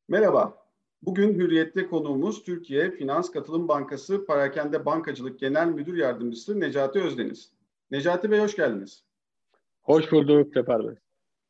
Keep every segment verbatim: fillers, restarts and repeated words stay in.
Merhaba. Bugün Hürriyet'te konuğumuz Türkiye Finans Katılım Bankası Perakende Bankacılık Genel Müdür Yardımcısı Necati Özdeniz. Necati Bey hoş geldiniz. Hoş bulduk Sefer Bey.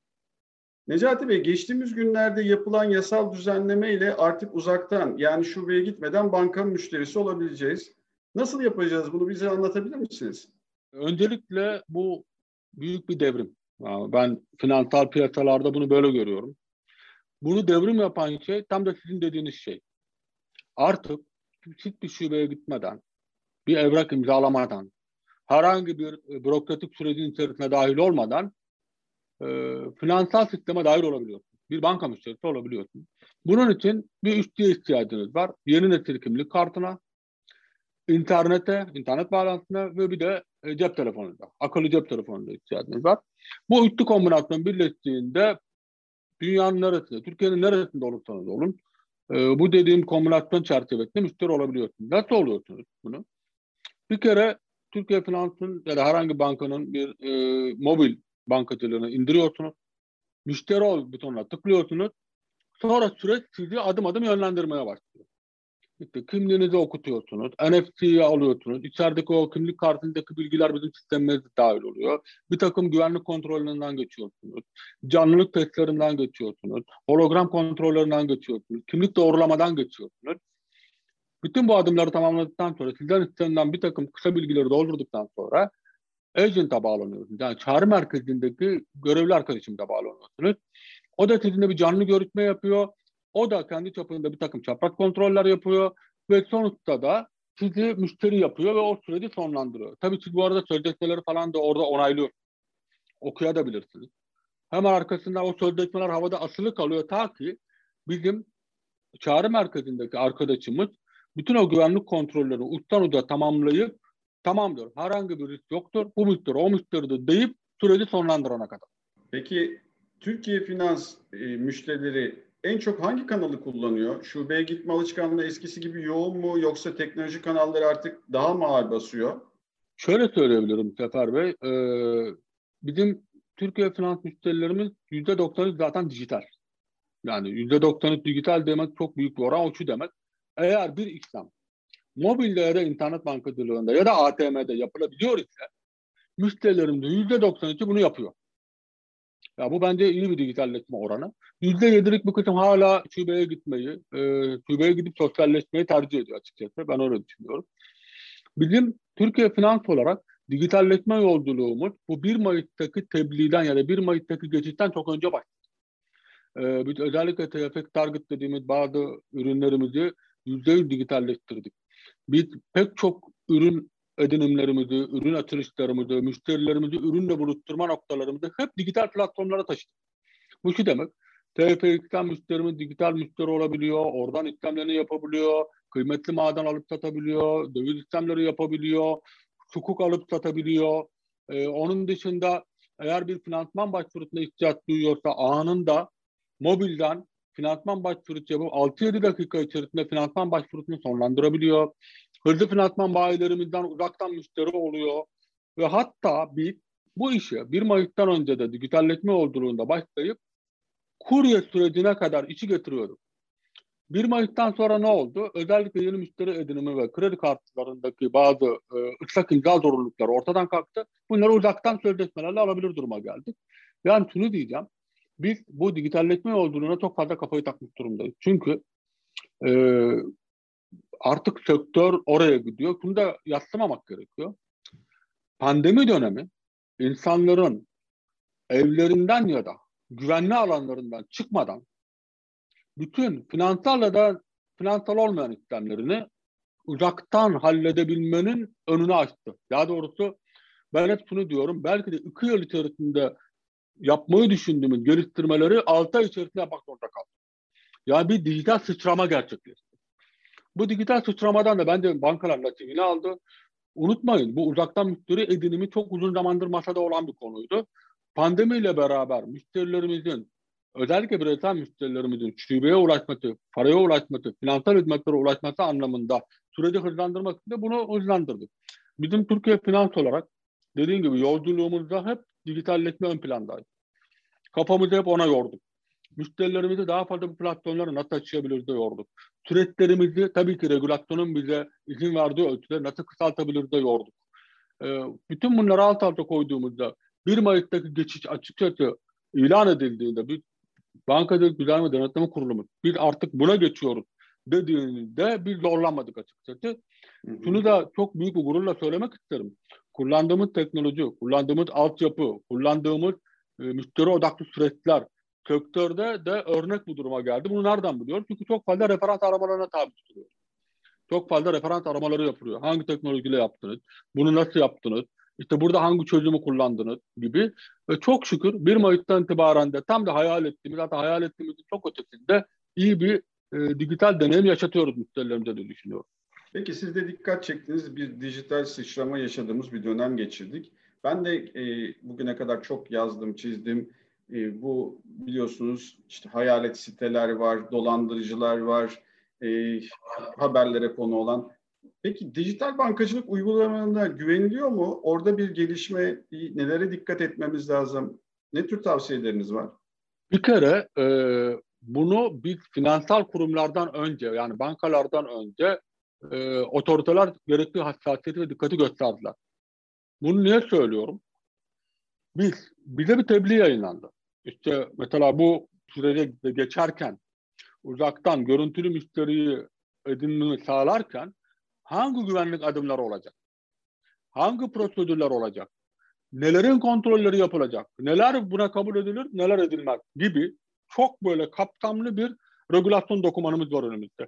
Necati Bey, geçtiğimiz günlerde yapılan yasal düzenleme ile artık uzaktan yani şubeye gitmeden banka müşterisi olabileceğiz. Nasıl yapacağız bunu, bize anlatabilir misiniz? Öncelikle bu büyük bir devrim. Yani ben finansal piyasalarda bunu böyle görüyorum. Bunu devrim yapan şey tam da sizin dediğiniz şey. Artık hiçbir şubeye gitmeden, bir evrak imzalamadan, herhangi bir bürokratik sürecin içerisine dahil olmadan e, finansal sisteme dahil olabiliyorsunuz. Bir banka müşterisi olabiliyorsunuz. Bunun için bir üstüye ihtiyacınız var. Yeni nesil kimlik kartına, internete, internet bağlantısına ve bir de e, cep telefonunda, akıllı cep telefonunda ihtiyacınız var. Bu üçlü kombinasyon birleştiğinde dünyanın neresinde, Türkiye'nin neresinde olursanız olun, e, bu dediğim kombinasyon çerçevesinde müşteri olabiliyorsunuz. Nasıl oluyorsunuz bunu? Bir kere Türkiye Finans'ın ya da herhangi bankanın bir e, mobil bankacılığını indiriyorsunuz. Müşteri ol butonuna tıklıyorsunuz. Sonra süreç sizi adım adım yönlendirmeye başlıyor. İşte kimliğinizi okutuyorsunuz, N F C'yi alıyorsunuz, içerideki o kimlik kartındaki bilgiler bizim sistemimize dahil oluyor. Bir takım güvenlik kontrollerinden geçiyorsunuz, canlılık testlerinden geçiyorsunuz, hologram kontrollerinden geçiyorsunuz, kimlik doğrulamadan geçiyorsunuz. Bütün bu adımları tamamladıktan sonra, sizden istenilen bir takım kısa bilgileri doldurduktan sonra agent'a bağlanıyorsunuz. Yani çağrı merkezindeki görevli arkadaşımıza bağlanıyorsunuz. O da sizinle bir canlı görüşme yapıyor. O da kendi çapında bir takım çapraz kontroller yapıyor ve sonuçta da sizi müşteri yapıyor ve o süreci sonlandırıyor. Tabii siz bu arada sözleşmeleri falan da orada onaylıyor. Okuyabilirsiniz. Hemen arkasından o sözleşmeler havada asılı kalıyor ta ki bizim çağrı merkezindeki arkadaşımız bütün o güvenlik kontrollerini uçtan uca tamamlayıp tamam diyor. Herhangi bir risk yoktur. Bu müşteri o müşteridir deyip süreci sonlandırana kadar. Peki Türkiye Finans e, müşterileri en çok hangi kanalı kullanıyor? Şubeye gitme alışkanlığı eskisi gibi yoğun mu, yoksa teknoloji kanalları artık daha mı ağır basıyor? Şöyle söyleyebilirim Sefer Bey. E, bizim Türkiye Finans müşterilerimiz yüzde doksanı zaten dijital. Yani yüzde doksanı dijital demek çok büyük bir oran. O şu demek. Eğer bir işlem mobilde ya da internet bankacılığında ya da A T M'de yapılabiliyor ise müşterilerimizin yüzde doksan üçü bunu yapıyor. Ya bu bence iyi bir dijitalleşme oranı. Yüzde yedilik bir kısım hala şubeye gitmeyi, e, şubeye gidip sosyalleşmeyi tercih ediyor açıkçası. Ben öyle düşünüyorum. Bizim Türkiye Finans olarak dijitalleşme yolculuğumuz bu bir Mayıs'taki tebliğden ya da bir Mayıs'taki geçişten çok önce başladı. E, biz özellikle T F X Target dediğimiz bazı ürünlerimizi yüzde yüz dijitalleştirdik. Biz pek çok ürün edinimlerimizi, ürün açılışlarımızı, müşterilerimizi ürünle buluşturma noktalarımızı hep dijital platformlara taşıdık. Bu şu demek, T F X'ten müşterimiz dijital müşteri olabiliyor, oradan işlemlerini yapabiliyor, kıymetli maden alıp satabiliyor, döviz işlemleri yapabiliyor, hukuk alıp satabiliyor. Ee, onun dışında eğer bir finansman başvurusuna ihtiyaç duyuyorsa anında mobilden finansman başvurusu yapıp altı yedi dakika içerisinde finansman başvurusunu sonlandırabiliyor. Hızlı finansman bayilerimizden uzaktan müşteri oluyor. Ve hatta biz bu işe bir Mayıs'tan önce de dijitalleşme yolculuğunda başlayıp kurye sürecine kadar işi getiriyorduk. bir Mayıs'tan sonra ne oldu? Özellikle yeni müşteri edinimi ve kredi kartlarındaki bazı e, ıslak imza zorunlulukları ortadan kalktı. Bunları uzaktan sözleşmelerle alabilir duruma geldik. Yani şunu diyeceğim. Biz bu dijitalleşme yolculuğuna çok fazla kafayı takmış durumdayız. Çünkü e, artık sektör oraya gidiyor. Bunu da yadsımamak gerekiyor. Pandemi dönemi insanların evlerinden ya da güvenli alanlarından çıkmadan bütün finansal ya da finansal olmayan işlemlerini uzaktan halledebilmenin önünü açtı. Daha doğrusu ben hep şunu diyorum, belki de iki yıl içerisinde yapmayı düşündüğümüz geliştirmeleri altı ay içerisinde yapmak zorunda kaldık. Yani bir dijital sıçrama gerçekleşti. Bu dijital sıçramadan da bence bankalar nasibini aldı. Unutmayın, bu uzaktan müşteri edinimi çok uzun zamandır masada olan bir konuydu. Pandemiyle beraber müşterilerimizin, özellikle bireysel müşterilerimizin şubeye ulaşması, paraya ulaşması, finansal hizmetlere ulaşması anlamında süreci hızlandırmak için de bunu hızlandırdık. Bizim Türkiye Finans olarak dediğim gibi yolculuğumuzda hep dijitalleşme ön plandaydı. Kafamızı hep ona yorduk. Müşterilerimizi daha fazla bu platformlara nasıl açabiliriz de yorduk. Süreçlerimizi tabii ki regülasyonun bize izin verdiği ölçüde nasıl kısaltabiliriz de yorduk. Ee, bütün bunları alt alta koyduğumuzda bir Mayıs'taki geçiş açıkçası ilan edildiğinde bir Bankacılık Düzenleme Denetleme Kurulu'muz biz artık buna geçiyoruz dediğinde biz zorlanmadık açıkçası. Hı hı. Şunu da çok büyük bir gururla söylemek isterim. Kullandığımız teknoloji, kullandığımız altyapı, kullandığımız e, müşteri odaklı süreçler sektörde de örnek bu duruma geldi. Bunu nereden biliyoruz? Çünkü çok fazla referans aramalarına tabi tutuluyor. Çok fazla referans aramaları yapılıyor. Hangi teknolojiyle yaptınız? Bunu nasıl yaptınız? İşte burada hangi çözümü kullandınız gibi. Ve çok şükür bir Mayıs'tan itibaren de tam da hayal ettiğimiz, hatta hayal ettiğimizin çok ötesinde iyi bir e, dijital deneyim yaşatıyoruz müşterilerimize de düşünüyorum. Peki siz de dikkat çektiğiniz bir dijital sıçrama yaşadığımız bir dönem geçirdik. Ben de e, bugüne kadar çok yazdım, çizdim. E, bu biliyorsunuz işte hayalet siteler var, dolandırıcılar var, e, haberlere konu olan. Peki dijital bankacılık uygulamalarına güveniliyor mu? Orada bir gelişme, nelere dikkat etmemiz lazım? Ne tür tavsiyeleriniz var? Bir kere e, bunu biz finansal kurumlardan önce, yani bankalardan önce e, otoriteler gerekli hassasiyeti ve dikkati gösterdiler. Bunu niye söylüyorum? Biz, bize bir tebliğ yayınlandı. İşte mesela bu sürece geçerken uzaktan görüntülü müşteriyi edinmeni sağlarken hangi güvenlik adımları olacak? Hangi prosedürler olacak? Nelerin kontrolleri yapılacak? Neler buna kabul edilir, neler edilmez gibi çok böyle kapsamlı bir regülasyon dokümanımız var önümüzde.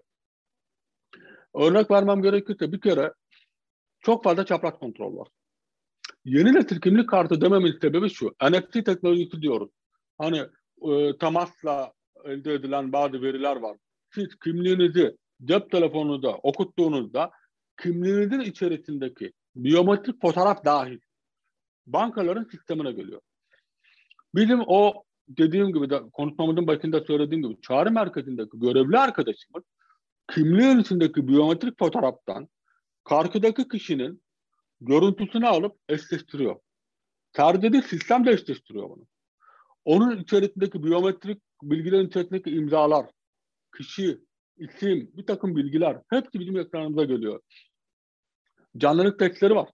Örnek vermem gerekirse bir kere çok fazla çapraz kontrol var. Yeni nesil kimlik kartı dememin sebebi şu. N F T teknolojisi diyoruz. Hani e, temasla elde edilen bazı veriler var. Siz kimliğinizi cep telefonunuzda okuttuğunuzda kimliğinizin içerisindeki biyometrik fotoğraf dahil bankaların sistemine geliyor. Bizim o dediğim gibi de konuşmamızın başında söylediğim gibi çağrı merkezindeki görevli arkadaşımız kimliğin içindeki biyometrik fotoğraftan karşıdaki kişinin görüntüsünü alıp eşleştiriyor. Tercihli sistem de eşleştiriyor bunu. Onun içerisindeki biyometrik bilgilerin içerisindeki imzalar, kişi, isim, bir takım bilgiler hepsi bizim ekranımıza geliyor. Canlılık testleri var.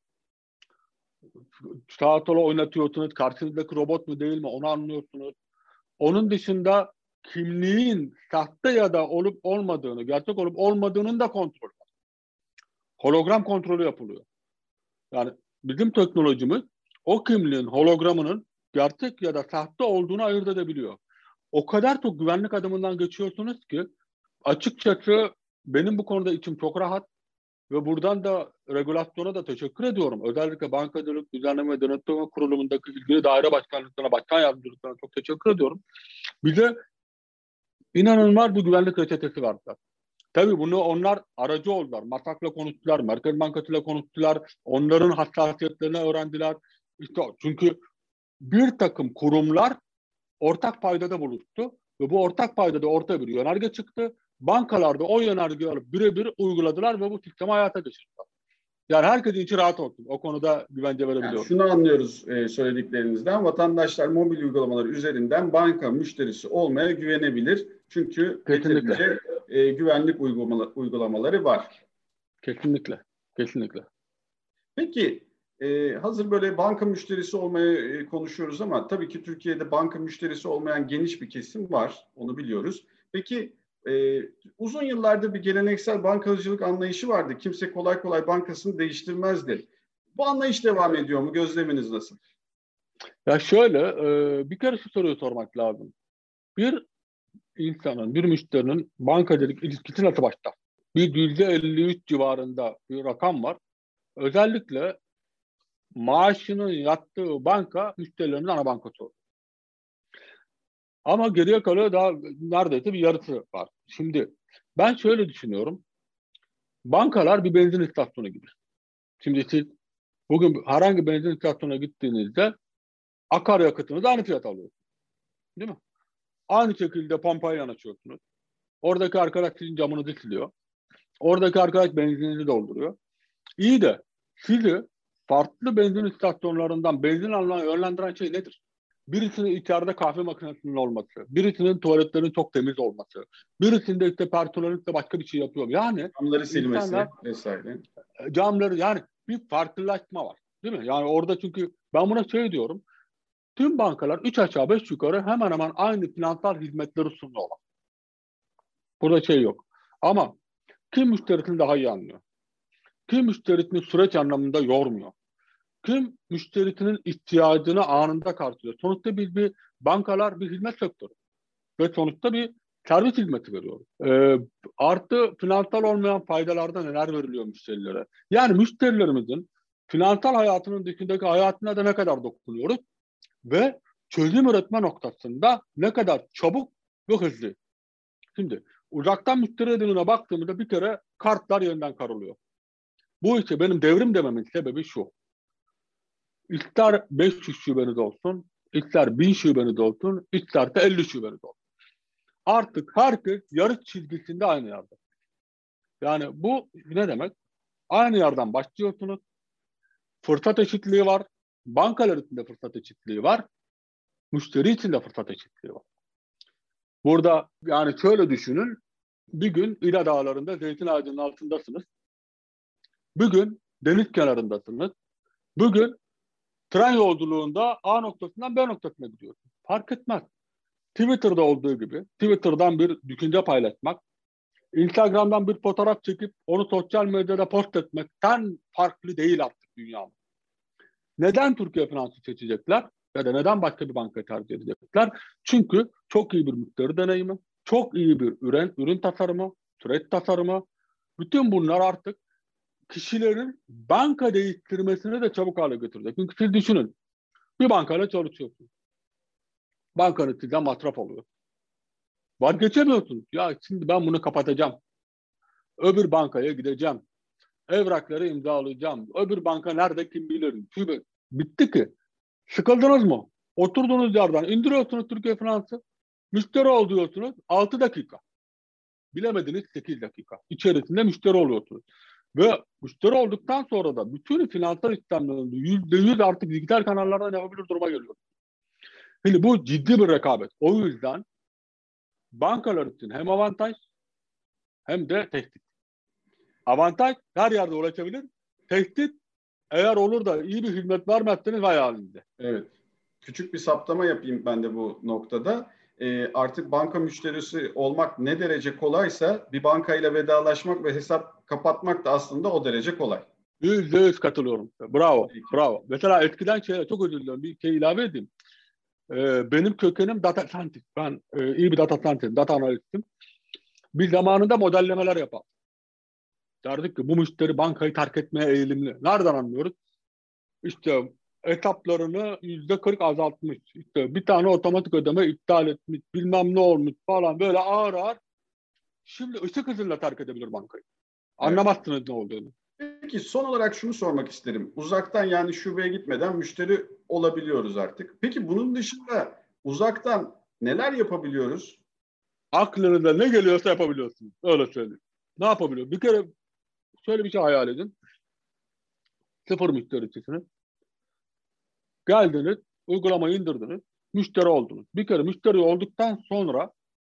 Sağa sola oynatıyorsunuz. Karşınızdaki robot mu değil mi onu anlıyorsunuz. Onun dışında kimliğin sahte ya da olup olmadığını, gerçek olup olmadığının da kontrolü var. Hologram kontrolü yapılıyor. Yani bizim teknolojimiz o kimliğin hologramının gerçek ya da sahte olduğunu ayırt edebiliyor. O kadar çok güvenlik adımından geçiyorsunuz ki açıkçası benim bu konuda içim çok rahat ve buradan da regülasyona da teşekkür ediyorum. Özellikle Bankacılık Düzenleme ve Denetleme Kurulu'ndaki ilgili daire başkanlıklarına, başkan yardımcılıklarına çok teşekkür ediyorum. Bize inanılmaz bir güvenlik reçetesi verdiler. Tabii bunu onlar aracı oldular. MASAK'la konuştular, Merkez Bankası'yla konuştular. Onların hassasiyetlerini öğrendiler. İşte çünkü bir takım kurumlar ortak paydada buluştu ve bu ortak paydada ortaya bir yönerge çıktı. Bankalarda o yönergeyi alıp birebir uyguladılar ve bu sistemi hayata geçirdiler. Yani herkesin içi rahat olsun. O konuda güvence verebiliyorum. Yani şunu anlıyoruz e, söylediklerinizden. Vatandaşlar mobil uygulamalar üzerinden banka müşterisi olmaya güvenebilir. Çünkü yeterince e, güvenlik uygulamaları, uygulamaları var. Kesinlikle. Kesinlikle. Peki e, hazır böyle banka müşterisi olmaya e, konuşuyoruz ama tabii ki Türkiye'de banka müşterisi olmayan geniş bir kesim var. Onu biliyoruz. Peki e, uzun yıllardır bir geleneksel bankacılık anlayışı vardı. Kimse kolay kolay bankasını değiştirmezdi. Bu anlayış devam ediyor mu? Gözleminiz nasıl? Ya şöyle, e, bir kere şu soruyu sormak lazım. Bir insanın, bir müşterinin bankacılık ilişkisi nasıl başlar? Bir yüzde elli üç civarında bir rakam var. Özellikle maaşının yattığı banka müşterilerinin ana bankası oluyor. Ama geriye kalıyor daha neredeyse bir yarısı var. Şimdi ben şöyle düşünüyorum. Bankalar bir benzin istasyonu gibi. Şimdi siz bugün herhangi bir benzin istasyonuna gittiğinizde akaryakıtınızı aynı fiyat alıyorsunuz. Değil mi? Aynı şekilde pompayı yanaşıyorsunuz. Oradaki arkadaş sizin camınızı siliyor. Oradaki arkadaş benzininizi dolduruyor. İyi de sizi farklı benzin istasyonlarından benzin almaya yönlendiren şey nedir? birisinin içeride kahve makinesinin olması, birisinin tuvaletlerinin çok temiz olması, birisinde işte personelin de başka bir şey yapıyor. Yani camları silmesi insanlar vesaire. camları, yani bir farklılaşma var. Değil mi? Yani orada, çünkü ben buna şey diyorum. Tüm bankalar üç aşağı beş yukarı hemen hemen aynı finansal hizmetleri sunuyorlar. Burada şey yok. Ama kim müşterisini daha iyi anlıyor? Kim müşterisini süreç anlamında yormuyor? Kim müşterisinin ihtiyacını anında karşılıyor? Sonuçta biz bir bankalar bir hizmet sektörü ve sonuçta bir servis hizmeti veriyoruz. Ee, artı finansal olmayan faydalarda neler veriliyor müşterilere? Yani müşterilerimizin finansal hayatının dışındaki hayatına da ne kadar dokunuyoruz ve çözüm üretme noktasında ne kadar çabuk ve hızlı. Şimdi uzaktan müşteri edinimine baktığımızda bir kere kartlar yeniden karılıyor. Bu işte benim devrim dememin sebebi şu. İster beş yüz şubeniz olsun, ister bin şubeniz olsun, ister de elli şubeniz olsun. Artık herkes yarış çizgisinde aynı yerde. Yani bu ne demek? Aynı yerden başlıyorsunuz. Fırsat eşitliği var. Bankalar için de fırsat eşitliği var. Müşteri için de fırsat eşitliği var. Burada yani şöyle düşünün. Bir gün İla Dağları'nda zeytin ağacının altındasınız. Bir gün deniz kenarındasınız. Bugün tren yolculuğunda A noktasından B noktasına gidiyorsunuz. Fark etmez. Twitter'da olduğu gibi Twitter'dan bir düşünce paylaşmak, Instagram'dan bir fotoğraf çekip onu sosyal medyada post etmekten farklı değil artık dünyamız. Neden Türkiye Finans'ı seçecekler? Ya da neden başka bir banka tercih edecekler? Çünkü çok iyi bir müşteri deneyimi, çok iyi bir ürün, ürün tasarımı, süreç tasarımı, bütün bunlar artık kişilerin banka değiştirmesini de çabuk hale getirecek. Çünkü siz düşünün, bir bankayla çalışıyorsunuz. Bankanın size masraf oluyor. Vazgeçemiyorsunuz. Ya şimdi ben bunu kapatacağım. Öbür bankaya gideceğim. Evrakları imzalayacağım. Öbür banka nerede kim bilir. Çünkü bitti ki. Sıkıldınız mı? Oturduğunuz yerden indiriyorsunuz Türkiye Finans'ı. Müşteri oluyorsunuz altı dakika. Bilemediniz sekiz dakika. İçerisinde müşteri oluyorsunuz. Ve müşteri olduktan sonra da bütün finansal işlemlerinde yüzde yüz artık dijital kanallardan yapabilir duruma geliyor. Şimdi bu ciddi bir rekabet. O yüzden bankalar için hem avantaj hem de tehdit. Avantaj her yerde ulaşabilir. Tehdit eğer olur da iyi bir hizmet vermezseniz vay halinde. Evet. Küçük bir saptama yapayım ben de bu noktada. E, artık banka müşterisi olmak ne derece kolaysa bir bankayla vedalaşmak ve hesap kapatmak da aslında o derece kolay. Yüzde yüz katılıyorum. Bravo. Peki. Bravo. Mesela eskiden şeyler, çok özür dilerim, bir şey ilave edeyim. Ee, benim kökenim data scientist. Ben e, iyi bir data scientist, data analistim. Bir zamanında modellemeler yapalım. Derdik ki bu müşteri bankayı terk etmeye eğilimli. Nereden anlıyoruz? İşte hesaplarını yüzde kırk azaltmış. İşte bir tane otomatik ödeme iptal etmiş. Bilmem ne olmuş falan, böyle ağır ağır. Şimdi ışık hızıyla terk edebilir bankayı. Anlamazsınız evet. Ne olduğunu. Peki son olarak şunu sormak isterim. Uzaktan, yani şubeye gitmeden müşteri olabiliyoruz artık. Peki bunun dışında uzaktan neler yapabiliyoruz? Aklınıza ne geliyorsa yapabiliyorsunuz. Öyle söyleyeyim. Ne yapabiliyor? Bir kere şöyle bir şey hayal edin. Sıfır müşterisiniz. Geldiniz, uygulamayı indirdiniz, müşteri oldunuz. Bir kere müşteri olduktan sonra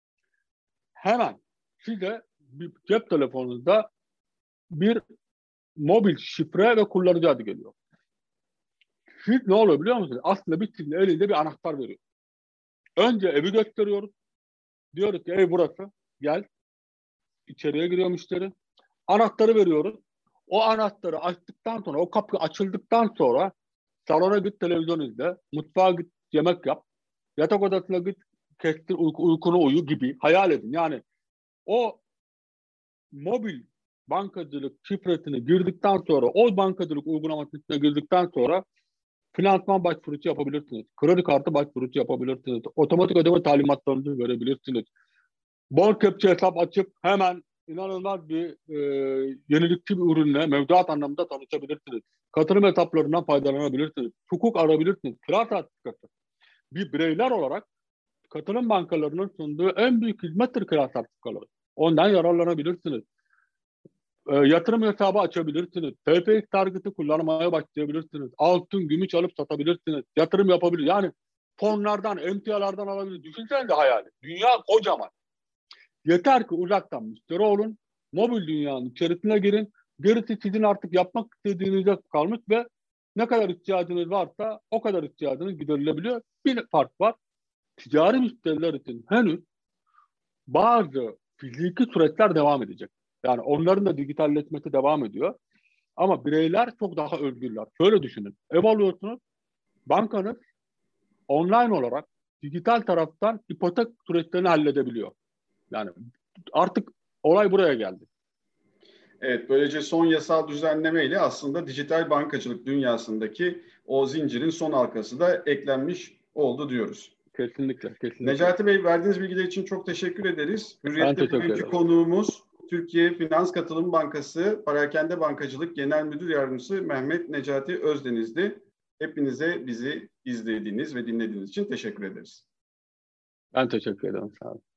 hemen size bir cep telefonunuzda bir mobil şifre ve kullanıcı adı geliyor. Siz ne oluyor biliyor musunuz? Aslında bir sizin elinde bir anahtar veriyor. Önce evi gösteriyoruz. Diyoruz ki ev burası. Gel. İçeriye giriyor müşteri. Anahtarı veriyoruz. O anahtarı açtıktan sonra, o kapı açıldıktan sonra salona git, televizyon izle, mutfağa git, yemek yap, yatak odasına git, kestir, uyku, uykunu uyu gibi hayal edin. Yani o mobil bankacılık şifresini girdikten sonra, o bankacılık uygulamasına girdikten sonra finansman başvurusu yapabilirsiniz. Kredi kartı başvurusu yapabilirsiniz. Otomatik ödeme talimatlarınızı verebilirsiniz. Bol kepçe hesap açıp hemen inanılmaz bir e, yenilikçi bir ürünle mevduat anlamında tanışabilirsiniz. Katılım hesaplarından faydalanabilirsiniz. Hukuk arabilirsiniz. Kira sertifikası. Bir bireyler olarak katılım bankalarının sunduğu en büyük hizmettir kira sertifikaları. Ondan yararlanabilirsiniz. E, yatırım hesabı açabilirsiniz. T F X targeti kullanmaya başlayabilirsiniz. Altın, gümüş alıp satabilirsiniz. Yatırım yapabilirsiniz. Yani fonlardan, emtialardan alabilir. Düşünsene de hayali. Dünya kocaman. Yeter ki uzaktan müşteri olun, mobil dünyanın içerisine girin, gerisi sizin artık yapmak istediğinize kalmış ve ne kadar ihtiyacınız varsa o kadar ihtiyacınız giderilebiliyor. Bir fark var. Ticari müşteriler için henüz bazı fiziki süreçler devam edecek. Yani onların da dijitalleşmesi devam ediyor. Ama bireyler çok daha özgürler. Şöyle düşünün. Ev alıyorsunuz, bankanız online olarak dijital taraftan ipotek süreçlerini halledebiliyor. Yani artık olay buraya geldi. Evet, böylece son yasal düzenlemeyle aslında dijital bankacılık dünyasındaki o zincirin son halkası da eklenmiş oldu diyoruz. Kesinlikle, kesinlikle. Necati Bey, verdiğiniz bilgiler için çok teşekkür ederiz. Hürriyet'te bugünkü konuğumuz Türkiye Finans Katılım Bankası Parakende Bankacılık Genel Müdür Yardımcısı Mehmet Necati Özdeniz'di. Hepinize bizi izlediğiniz ve dinlediğiniz için teşekkür ederiz. Ben teşekkür ederim. Sağ olun.